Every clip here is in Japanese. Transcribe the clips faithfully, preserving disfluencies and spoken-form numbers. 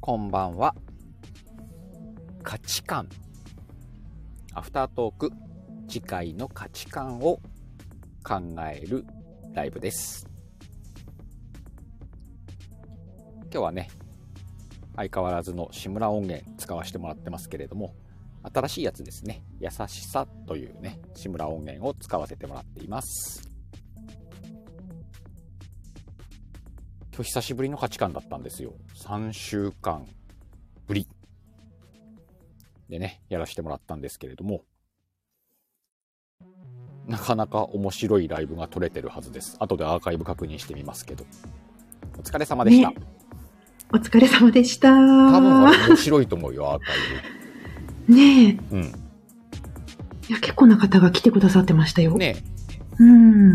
こんばんは。価値観アフタートーク、次回の価値観を考えるライブです。今日はね、相変わらずの志村音源使わせてもらってますけれども、新しいやつですね、優しさというね志村音源を使わせてもらっています。今日久しぶりの価値観だったんですよ。さんしゅうかんぶりでねやらせてもらったんですけれども、なかなか面白いライブが撮れてるはずです。後でアーカイブ確認してみますけど、お疲れ様でした、ね、 お疲れ様でした。 多分あれ面白いと思うよ、アーカイブねえ、 うん、いや結構な方が来てくださってましたよねえ、うん、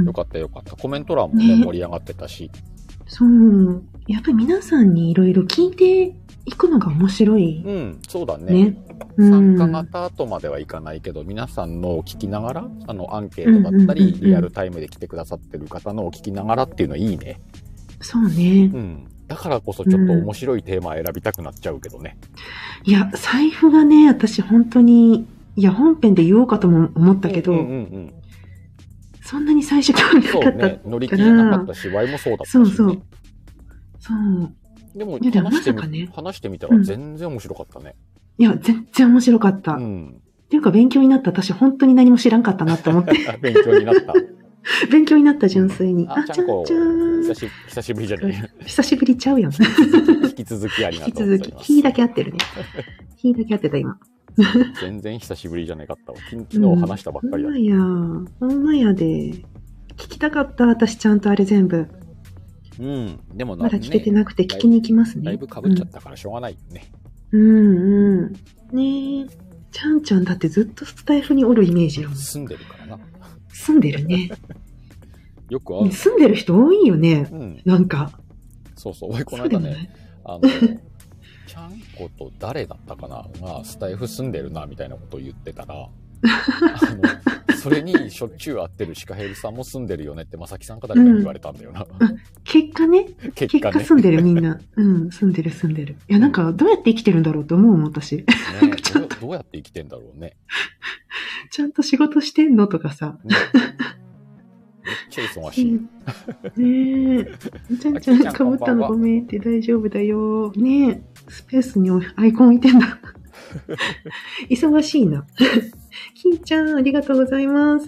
よかったよかった。コメント欄もね、ね盛り上がってたし、 そうやっぱり皆さんにいろいろ聞いていくのが面白い、 うん、そうだね、ね、参加型とまではいかないけど、皆さんのを聞きながら、あのアンケートだったり、うんうんうんうん、リアルタイムで来てくださってる方のを聞きながらっていうのいいね。 そうね、 うん、だからこそちょっと面白いテーマ選びたくなっちゃうけどね、 うん、いや財布がね、私本当にいや本編で言おうかとも思ったけど、うんうんうんうん、そんなに最初興味なかったから、 ね、乗り気じゃなかったし、ワイもそうだったし、ね、 そうそうそうでも話してみ、ね、話してみたら全然面白かったね、 うん、いや全然面白かった、うん、っていうか勉強になった。私本当に何も知らんかったなと思って勉強になった勉強になった純粋に、うん、 あちゃんこちゃん久し久しぶりじゃない久しぶりちゃうやん引き続きありがとうございます。引き続き日だけ合ってるね日だけ合ってた今全然久しぶりじゃなかったわ。昨日話したばっかりだ、 うん、ほんまやほんまやで聞きたかった。私ちゃんとあれ全部、 うん、でもまだ聞けてなくて聞きに行きますね。 だいぶかぶっちゃったからしょうがないよね。 うんうんうんねえ、ちゃんちゃんだってずっとスタイフにおるイメージよ。 住んでるからな。 住んでるねよくある。 住んでる人多いよね、うん、なんかそうそう、この間ね、あのちゃんこと誰だったかながスタイフ住んでるなみたいなことを言ってたらあのそれにしょっちゅう会ってるシカヘルさんも住んでるよねってまさきさんか誰かに言われたんだよな、 うん、結果ね結果ね、結果住んでるみんなうん住んでる住んでる。いやなんかどうやって生きてるんだろうと思うもん私、ね、 ど, どうやって生きてんだろうねちゃんと仕事してんのとかさ、ね、 めっちゃ忙しい。 ねえ、ちゃんちゃんかぶったのごめんって大丈夫だよ。ねえ、スペースにアイコン置いてんだ。忙しいな。きんちゃんありがとうございます。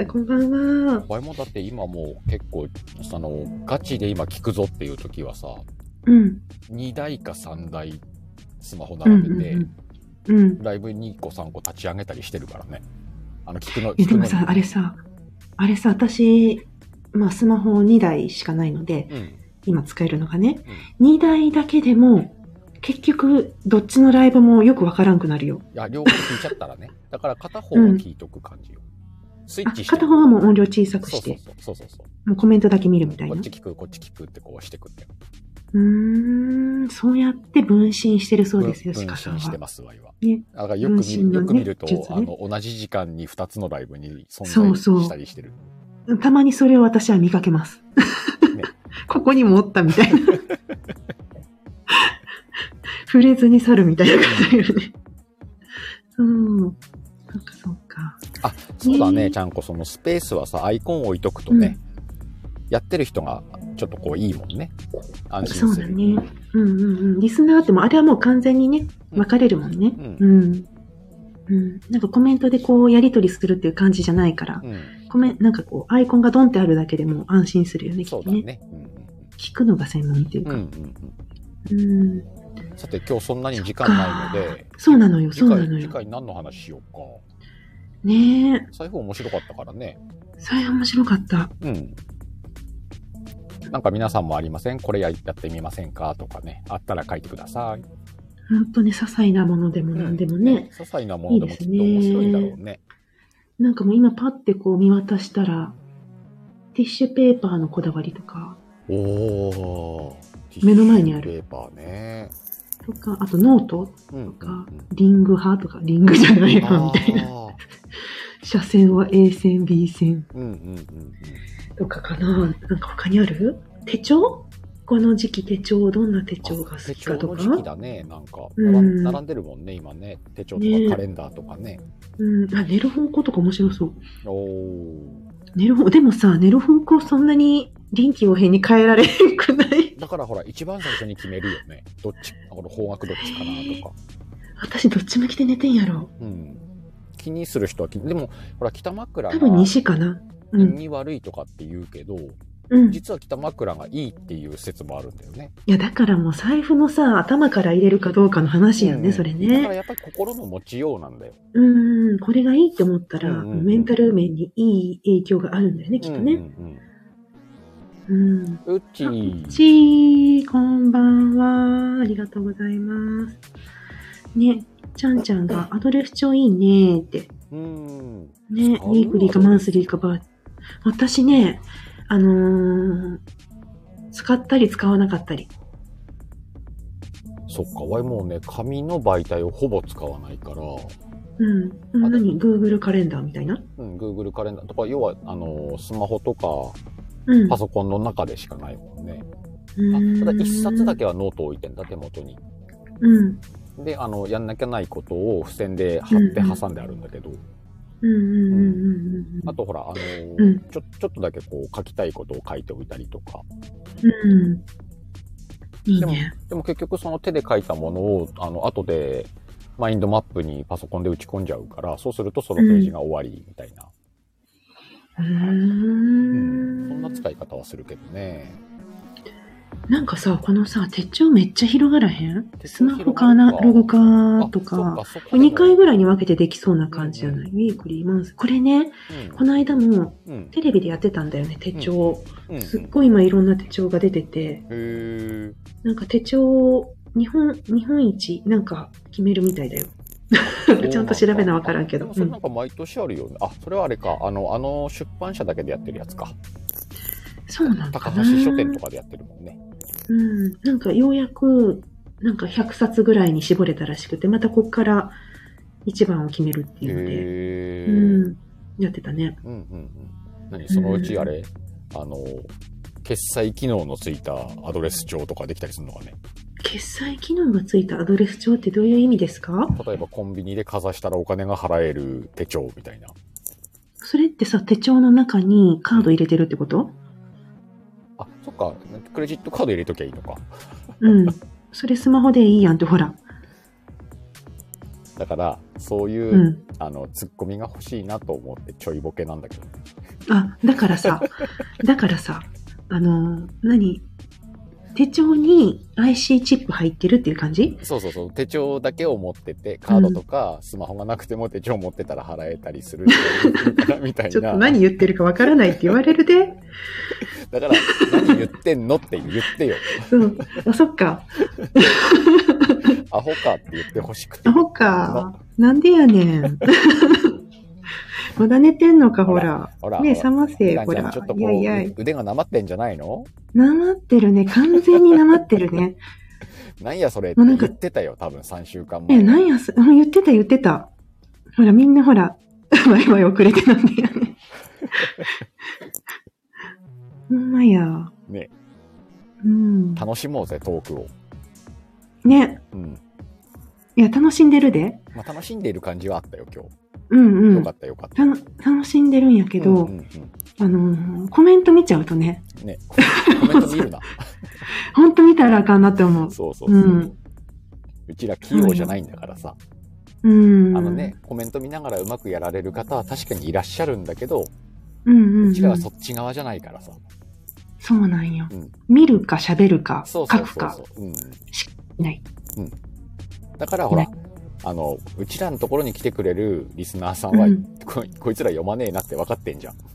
こんばんは。 ワイもだって今もう結構そのガチで今聞くぞっていう時はさ、 うん、 にだいかさんだいスマホ並べて、うんうんうん、ライブにこさんこ立ち上げたりしてるからね。あの聞くの。 えでもさあれさ。あれさ、私、まあ、スマホにだいしかないので、うん、今使えるのがね、うん、にだいだけでも、結局、どっちのライブもよくわからんくなるよ。 いや、両方聞いちゃったらね。だから片方は聞いとく感じよ。うん、スイッチして。 片方はもう音量小さくして、 そうそうそうそう。 もうコメントだけ見るみたいな。 こっち聞く、こっち聞くってこうしてくんだよ。 うーん、そうやって分身してるそうですよ、シカさんは。 分身してますわいは。 ね。 だからよく見る、ね、よく見ると、ね、あの、同じ時間にふたつのライブに存在したりしてる。 そうそう。たまにそれを私は見かけます。ね、ここにもおったみたいな。触れずに去るみたいな感じよね。そう。なんかそうか。 あ、そうだね、ちゃんこそのスペースはさ、アイコン置いとくとね、うん、やってる人がちょっとこういいもんね。安心する。 そうだね。うんうんうん。リスナーってもあれはもう完全にね、分かれるもんね。うん。うんうん、なんかコメントでこうやり取りするっていう感じじゃないから、うん、コメなんかこうアイコンがドンってあるだけでも安心するよね。 そうだね。うん、 聞くのが専門っていうか。うんうんうん、 さて今日そんなに時間ないので、 そうなのよそうなのよ。 次回何の話しようか。 ねえ。 財布面白かったからね。 財布面白かった。 うん。なんか皆さんもありません？これやってみませんかとかね、あったら書いてください。 本当に些細なものでも何でもね、うん、 些細なものでもきっと面白いんだろうね。 なんかもう今パッてこう見渡したらティッシュペーパーのこだわりとか、 お目の前にあるティッシュペーパーねとか、あとノートとか、うんうんうん、リング派とか、リングじゃない派みたいな斜線は A 線 B 線、うんうんうんうん、とかかな。なんか他にある？手帳？ この時期手帳、どんな手帳が好手きかとか。 帳の時期だね、なんか。 うん並んでるもんね、今ね。手帳とねかカレンダーとかね。 うん。あ、寝る方向とか面白そう。 おー。 寝る方、でもさ、寝る方向そんなに臨機応変に変えられんくない？ だからほら、一番最初に決めるよね。どっち、この方角どっちかなとか。 私どっち向きで寝てんやろ。 うん。気にする人は気に、でも、ほら、北枕多分が西かな。うん。 胃に悪いとかって言うけど、 うん。 実は北枕がいいっていう説もあるんだよね。 いや、だからもう財布のさ、頭から入れるかどうかの話やんね、 うんそれだからね。 やっぱり心の持ちようなんだよ。 うん、これがいいって思ったら、 うんうんうんメンタル面にいい影響があるんだよね、きっとね。 うんうんうん。 うん。うっちあ、うー。 ちー、こんばんは。ありがとうございます。ね、ちゃんちゃんがアドレス帳いいねーって。 うーん。 ね、ウィークリーかマンスリーかバー。私ね、あのー、使ったり使わなかったり。 そっか、わいもうね、紙の媒体をほぼ使わないから、 うん。 あで何 ?Google カレンダーみたいなうん、Google カレンダーとか、要は、あの、スマホとか、 うん。 パソコンの中でしかないもんね。 うんあただ一冊だけはノート置いてんだ、手元に。 うん。 で、あの、やんなきゃないことを付箋で貼って挟んであるんだけど、 うんうんうんうんうん。 あとほら、あの、 うんちょ、ちょっとだけこう書きたいことを書いておいたりとか。 うん。いいでもね。、 でも結局その手で書いたものを、あの、後で、マインドマップにパソコンで打ち込んじゃうから、そうするとそのページが終わりみたいな。 うーうんん。 そんな使い方はするけどね。 なんかさ、このさ、手帳めっちゃ広がらへん？ 手帳スマホかアナログかとあ、そっかか、そこでもにかいぐらいに分けてできそうな感じじゃない、 うんウィークリーマンス。これね、 うんこの間もうんテレビでやってたんだよね、手帳。 うんすっごい今いろんな手帳が出てて、 へーなんか手帳、日本、日本一なんか決めるみたいだよ。ちゃんと調べなわからんけど。 あでもそれなんか毎年あるよね。あ、それはあれか。あの、あの出版社だけでやってるやつか。 そうなんかな。 高橋書店とかでやってるもんね。 うん。なんかようやく、なんかひゃくさつぐらいに絞れたらしくて、またこっから一番を決めるっていうので、 へー。 うん。やってたね。 うんうんうん。何そのうちあれ、あの、決済機能のついたアドレス帳とかできたりするのかね。 決済機能がついたアドレス帳ってどういう意味ですか？ 例えばコンビニでかざしたらお金が払える手帳みたいな。 それってさ、手帳の中にカード入れてるってこと？ あ、そっか。クレジットカード入れときゃいいのか。 うん。それスマホでいいやんって、ほら。 だから、そういう、 うん。 あの、ツッコミが欲しいなと思ってちょいボケなんだけどね。 あ、だからさ、だからさ、あの、何手帳に アイシー チップ入ってるっていう感じ？ そうそうそう。手帳だけを持ってて、カードとかスマホがなくても手帳持ってたら払えたりするみたいな。 ちょっと何言ってるかわからないって言われるで。 だから、何言ってんのって言ってよ。 そう。あ、そっか。 アホかって言ってほしくて。 アホか。なんでやねん。まだ寝てんのか、ほら。 ほら。 ねえ、覚ませ、 イランほら。 ちゃんちょっとこいやいやう、腕がなまってんじゃないの？ なまってるね。完全になまってるね。 なんやそれって言ってたよ、多分さんしゅうかんまえ。 え、なんやす、うん言ってた言ってた。ほら、みんなほら、ワイワイ遅れてなんだよね。ほんまや。 ね。 うん。 楽しもうぜ、トークを。 ね。 うん。 いや、楽しんでるで。 まあ、楽しんでいる感じはあったよ、今日。 うんうん。 よかったよかった。 た楽しんでるんやけど、 うんうんうん、 あのー、コメント見ちゃうとね。 ね、コメント見るな。 ほんと見たらあかんなって思う。 そうそうそう。 うん。 うちら器用じゃないんだからさ。 うん。 あのね、コメント見ながらうまくやられる方は確かにいらっしゃるんだけど、 うんうんうん、 うちらはそっち側じゃないからさ。 そうなんよ。 うん、 見るか喋るかそう書くそうそうそうか。 うん。 しない。 うん。だからほら、あの、うちらのところに来てくれるリスナーさんは、うん、こ, こいつら読まねえなって分かってんじゃん。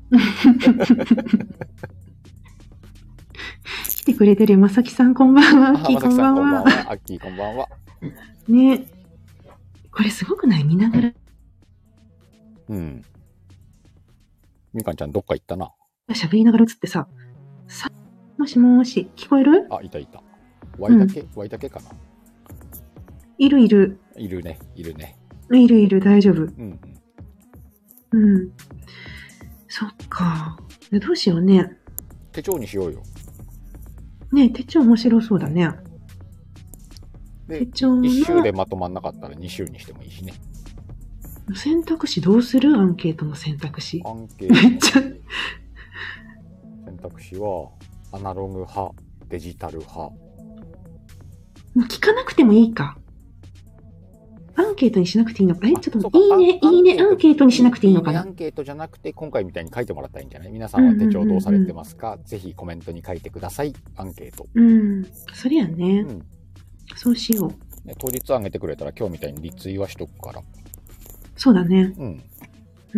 来てくれてるまさきさんこんばんは。アッキーこんばんは。 まさきさんこんばんは。アッキーこんばんは。 ね。これすごくない？見ながら。 うん。みかんちゃんどっか行ったな。 喋りながら映ってさ。さ、もしもーし、聞こえる？ あ、いたいた。ワイだけ、うん、ワイだけかな。 いるいる。 いるね、いるね。 いるいる、大丈夫。 うんうん。うん。そっか。どうしようね。 手帳にしようよ。 ね、手帳面白そうだね。 で、 手帳の一周でまとまんなかったら二周にしてもいいしね。 選択肢どうする？アンケートの選択肢。 アンケートめっちゃ。 選択肢は、アナログ派、デジタル派。 もう聞かなくてもいいか。アンケートにしなくていいのか。え、ちょっと、いいね、いいね、アンケートにしなくていいのかな。 アンケートじゃなくて、今回みたいに書いてもらったらいいんじゃない？皆さんは手帳どうされてますか？ぜひコメントに書いてください。アンケート。 うん。そりゃね。 うん。 そうしよう。 ね、当日あげてくれたら今日みたいにリツイはしとくから。 そうだね。 うん。 うん。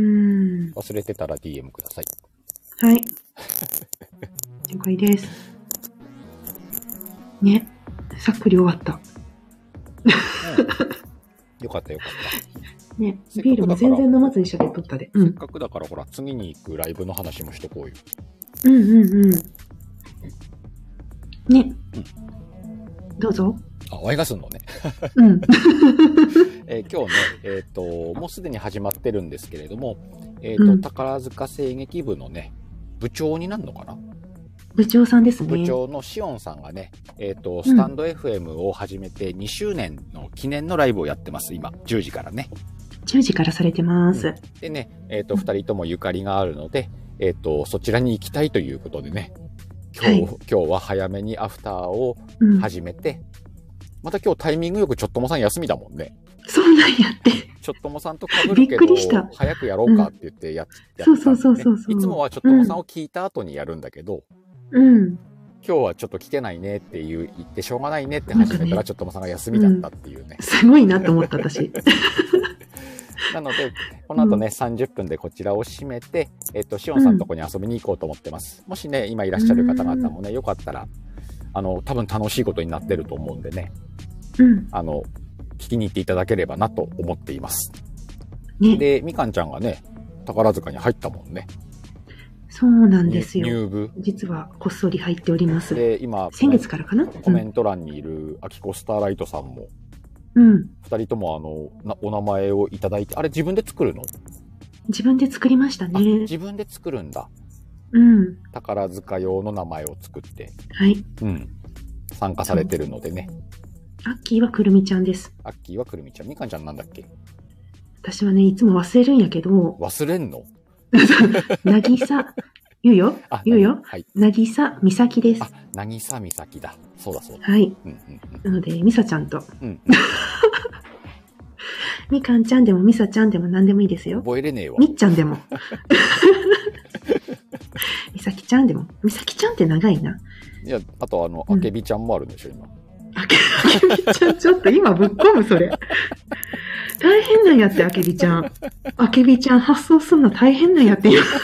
忘れてたら ディーエム ください。 はい。了解です。ね。さっくり終わった。 うん、よかったよかった。 ね。ビールも全然飲まずに喋っとったで。うん。 せっかくだからほら、次に行くライブの話もしとこうよ。 うんうんうん。ね。うん、どうぞ。 あ、ワイがすんのね。 うん。 えー、今日ね、えっ、ー、と、もうすでに始まってるんですけれども、えっ、ー、と、うん、宝塚声劇部のね、部長になるのかな？ 部長さんですね。 部長のしおんさんがね、えっ、ー、と、スタンド エフエム を始めてにしゅうねんの記念のライブをやってます、今。じゅうじからね。 じゅうじからされてます。うん、 でね、えっ、ー、と、ふたりともゆかりがあるので、えっ、ー、と、そちらに行きたいということでね、今日、はい、今日は早めにアフターを始めて、うん、また今日タイミングよくちょっともさん休みだもんね。 そうなんやって。 ちょっともさんと被るけど、早くやろうかって言ってやって、ね、 そうそうそうそうそう。 いつもはちょっともさんを聞いた後にやるんだけど、 うん。 今日はちょっと来てないねっていう言ってしょうがないねって始めたらちょっともさんが休みだったっていうね。 うん、すごいなと思った私。 なので、この後ね、うん、さんじゅっぷんでこちらを閉めて、えっと、しおんさんのとこに遊びに行こうと思ってます。うん、もしね、今いらっしゃる方々もね、よかったら、あの、多分楽しいことになってると思うんでね。 うん。 あの、聞きに行っていただければなと思っています。 ね、 で、みかんちゃんがね、宝塚に入ったもんね。 そうなんですよ。 入部。 実はこっそり入っております。 で、今、 先月からかな？ コメント欄にいるアキコスターライトさんも、 うん。 二人ともあのな、お名前をいただいて、あれ自分で作るの？ 自分で作りましたね。 自分で作るんだ。 うん。 宝塚用の名前を作って。 はい。 うん。参加されてるのでね。 アッキーはくるみちゃんです。 アッキーはくるみちゃん。みかんちゃんなんだっけ？ 私はね、いつも忘れるんやけど。 忘れんの？ なぎさ。言うよ。言うよ。 はい。 なぎさみさきです。 あ、なぎさみさきだ。そうだそうだ。 はい。 うんうんうん、 なので、みさちゃんと。 うん。 みかんちゃんでもみさちゃんでも何でもいいですよ。 覚えれねえわ。 みっちゃんでも。みさきちゃんでも。みさきちゃんって長いな。 いや、あとあの、あけびちゃんもあるんでしょ、今。 あけびちゃん、ちょっと今ぶっ込む、それ。大変なんやって、あけびちゃん。あけびちゃん発送するの大変なんやって。 ちゃん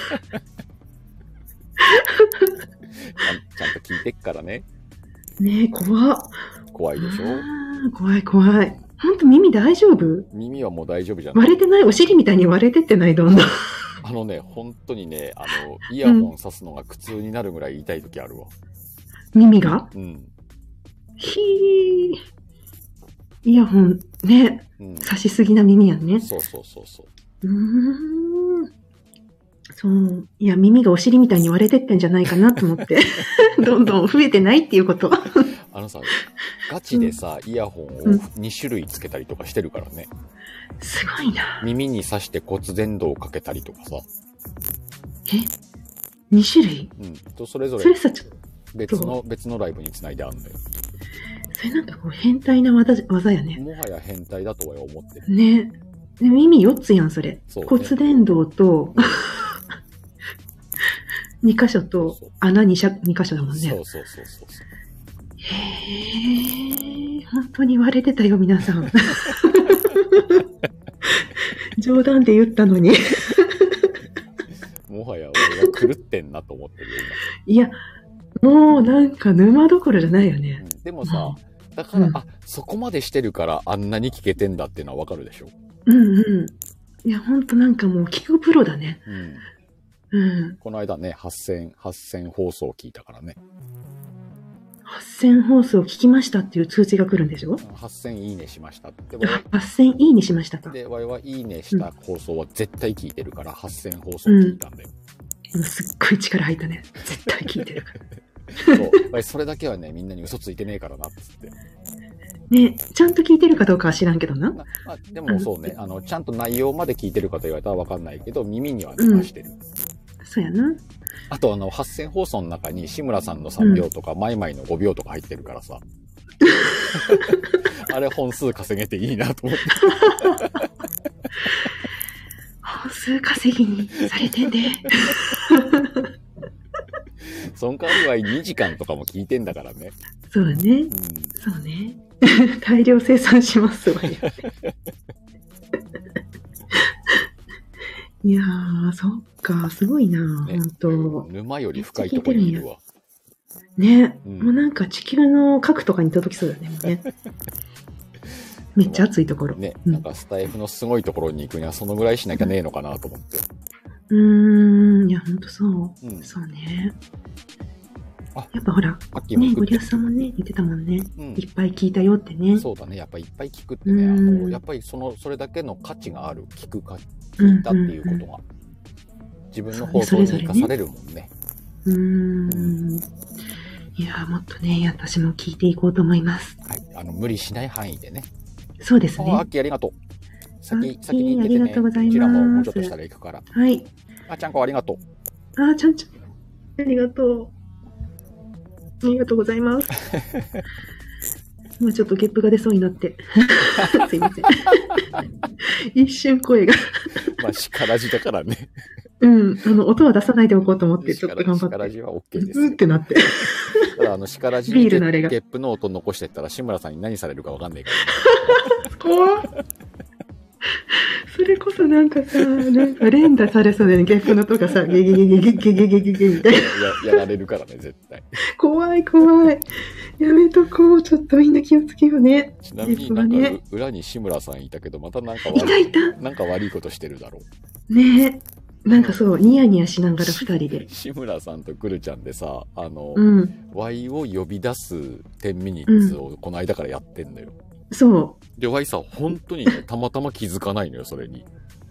と聞いてっからね。 ねえ、怖っ。 怖いでしょ？ 怖い怖い。ほんと耳大丈夫？ 耳はもう大丈夫じゃない。 割れてない？お尻みたいに割れてってない？どんどん。 あのね、本当にね、あの、イヤホン挿すのが苦痛になるぐらい痛い時あるわ。 耳が？ うん。 ひー。イヤホン、ね。うん、挿しすぎな耳やんね。 そうそうそうそう。 うーん。そう。いや、耳がお尻みたいに割れてってんじゃないかなと思って。どんどん増えてないっていうこと。 あのさ、ガチでさ、うん、イヤホンをに種類つけたりとかしてるからね。 すごいな。 耳に挿して骨伝導をかけたりとかさ。 え ?に 種類？ うん。と、それぞれ。 それさ、ちょっと。 別の、別のライブにつないであるんだよ。 それなんかこう変態な技、技やね。 もはや変態だとは思ってる。 ね。で耳よっつやん、それ。 そうね、 骨伝導と、に箇所と穴 2, 2箇所だもんね。 そうそうそうそう。 へー、本当に割れてたよ、皆さん。冗談で言ったのに。 もはや俺が狂ってんなと思ってるよ、 今。いや、もうなんか沼どころじゃないよね。 うん、でもさ、だから、うん、あ、そこまでしてるからあんなに聞けてんだっていうのはわかるでしょ。 うんうん。いや、ほんとなんかもう聞くプロだね。うん。うん。 この間ね、はっせん、はっせん放送聞いたからね。 はっせん放送聞きましたっていう通知が来るんでしょ？ はっせんいいねしましたって。 はっせんいいねしましたと。 で、わいはいいねした放送は絶対聞いてるから、はっせん放送聞いたんだよ。 うん、すっごい力入ったね。絶対聞いてるから。 そう。やっぱりそれだけはね、みんなに嘘ついてねえからな、っつって。 ね、ちゃんと聞いてるかどうかは知らんけどな。 なあでもそうね、あの、ちゃんと内容まで聞いてるかと言われたらわかんないけど、耳には流してる。うん、 そうやな。 あとあの、発声放送の中に志村さんのさんびょうとか、うん、マイマイのごびょうとか入ってるからさ。あれ本数稼げていいなと思って。 本数稼ぎにされてんで。 その代わりはにじかんとかも聞いてんだからね。 そうね。うん、そうね。大量生産しますわよ。いやー、そっか、すごいな、ね、ほんと。 沼より深いところにいるわ。 ね、うん、もうなんか地球の核とかに届きそうだね、もうね。めっちゃ暑いところ。 ね、うん、なんかスタイフのすごいところに行くにはそのぐらいしなきゃねえのかなと思って。 うーん、いや、ほんとそう。うん、そうね。やっぱほら、ね、ゴリアスさんもね、言ってたもんね、うん。いっぱい聞いたよってね。 そうだね。やっぱりいっぱい聞くってね、あの、やっぱりその、それだけの価値がある、聞くか、聞いたっていうことが、うんうんうん、自分の放送に生かされるもんね。 うーん。うん、いや、もっとね、私も聞いていこうと思います。 はい。あの、無理しない範囲でね。 そうですね。 あ、アッキーありがとう。先、先に行っててね。ありがとうございます。こちらももうちょっとしたら行くから。 はい。 あ、ちゃんこありがとう。 あ、ちゃんちゃん。ありがとう。ありがとうございます。今ちょっとゲップが出そうになって。すいません。一瞬声が。 まあ、しからじだからね。 うん。あの、音は出さないでおこうと思って、ちょっと頑張って。しからじは OK です。 うーってなって。 ただ、あの、しからじにゲップの音残してったら、志村さんに何されるかわかんないから。 怖っ。それこそなんかさ、なんか連打されそうだよね。ゲップのとかさ、ゲゲゲゲゲゲゲゲゲゲみたいな。や、 やられるからね、絶対。 怖い怖い。やめとこう。ちょっとみんな気をつけようね。 ちなみになんか、ね、裏に志村さんいたけど、またなんか悪い。 いたいた。 なんか悪いことしてるだろう。ねえ。なんかそう、ニヤニヤしながら二人で。 志村さんとくるちゃんでさ、あの、 うん、 ワイを呼び出すじゅうミニッツをこの間からやってんだよ。 うん、そう。 で、ワイさ、本当にね、たまたま気づかないのよ、それに。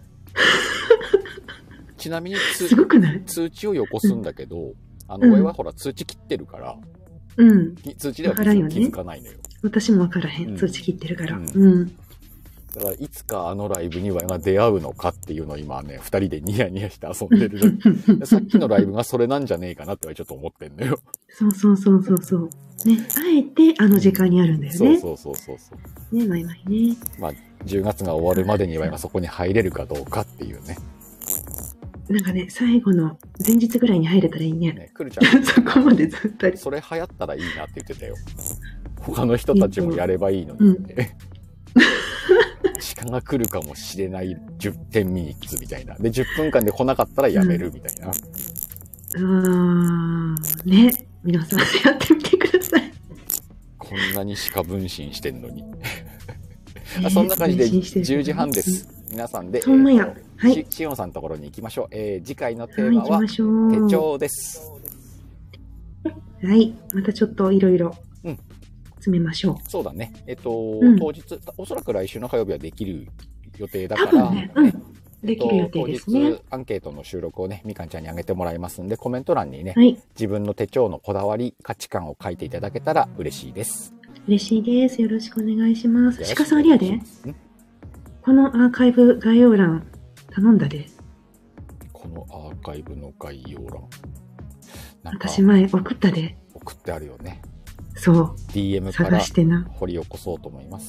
ちなみにすごくない通知をよこすんだけど、うん、あの、ワイはほら通知切ってるから、 うん。 通知では気づ、ね、気づかないのよ。 私もわからへん。通知切ってるから。うん。うん、 だから、いつかあのライブにワイが出会うのかっていうのを今ね、二人でニヤニヤして遊んでるの。さっきのライブがそれなんじゃねえかなってワイちょっと思ってんのよ。 そうそうそうそうそう。ね、あえてあの時間にあるんだよね。 そうそうそうそうね、まいまいね。 まあ、じゅうがつが終わるまでにワイがそこに入れるかどうかっていうね。 なんかね、最後の前日ぐらいに入れたらいいね。ね、 くるちゃん。 そこまでずっと。 それ流行ったらいいなって言ってたよ。他の人たちもやればいいのにって。うん、時間が来るかもしれないじゅってんミニッツみたいな。で、じゅっぷんかんで来なかったらやめるみたいな。 うん、あー、ね。皆さんやってみてください。 こんなに鹿分身してんのに。あ、そんな感じでじゅうじはんです。皆さんで、 そんなや。 はい。しおんさんのところに行きましょう。えー、次回のテーマは、手帳です。 はい。またちょっといろいろ詰めましょう、 うん。そうだね。えっと、うん、当日、おそらく来週の火曜日はできる予定だから、 多分ね、うん。できる予定ですね。 当日アンケートの収録をね、みかんちゃんにあげてもらいますんで、コメント欄にね、 はい、 自分の手帳のこだわり、価値観を書いていただけたら嬉しいです。 嬉しいです。よろしくお願いします。鹿さんありやで。このアーカイブ概要欄、頼んだで。 このアーカイブの概要欄。 私前送ったで。 送ってあるよね。 そう。 ディーエム から掘り起こそうと思います。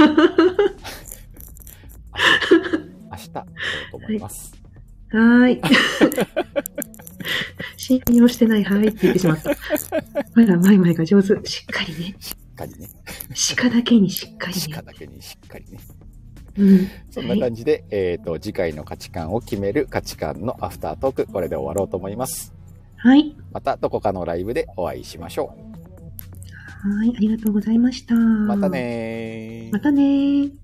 明日、やろうと思います。 はい。はーい。信用してない、はいって言ってしまった。まだマイマイが上手。しっかりね。 しっかりね。 鹿だけにしっかりね。 鹿だけにしっかりね。 うん。 そんな感じで、はい、えっと、次回の価値観を決める価値観のアフタートーク、これで終わろうと思います。 はい。 またどこかのライブでお会いしましょう。はい。ありがとうございました。 またねー。 またねー。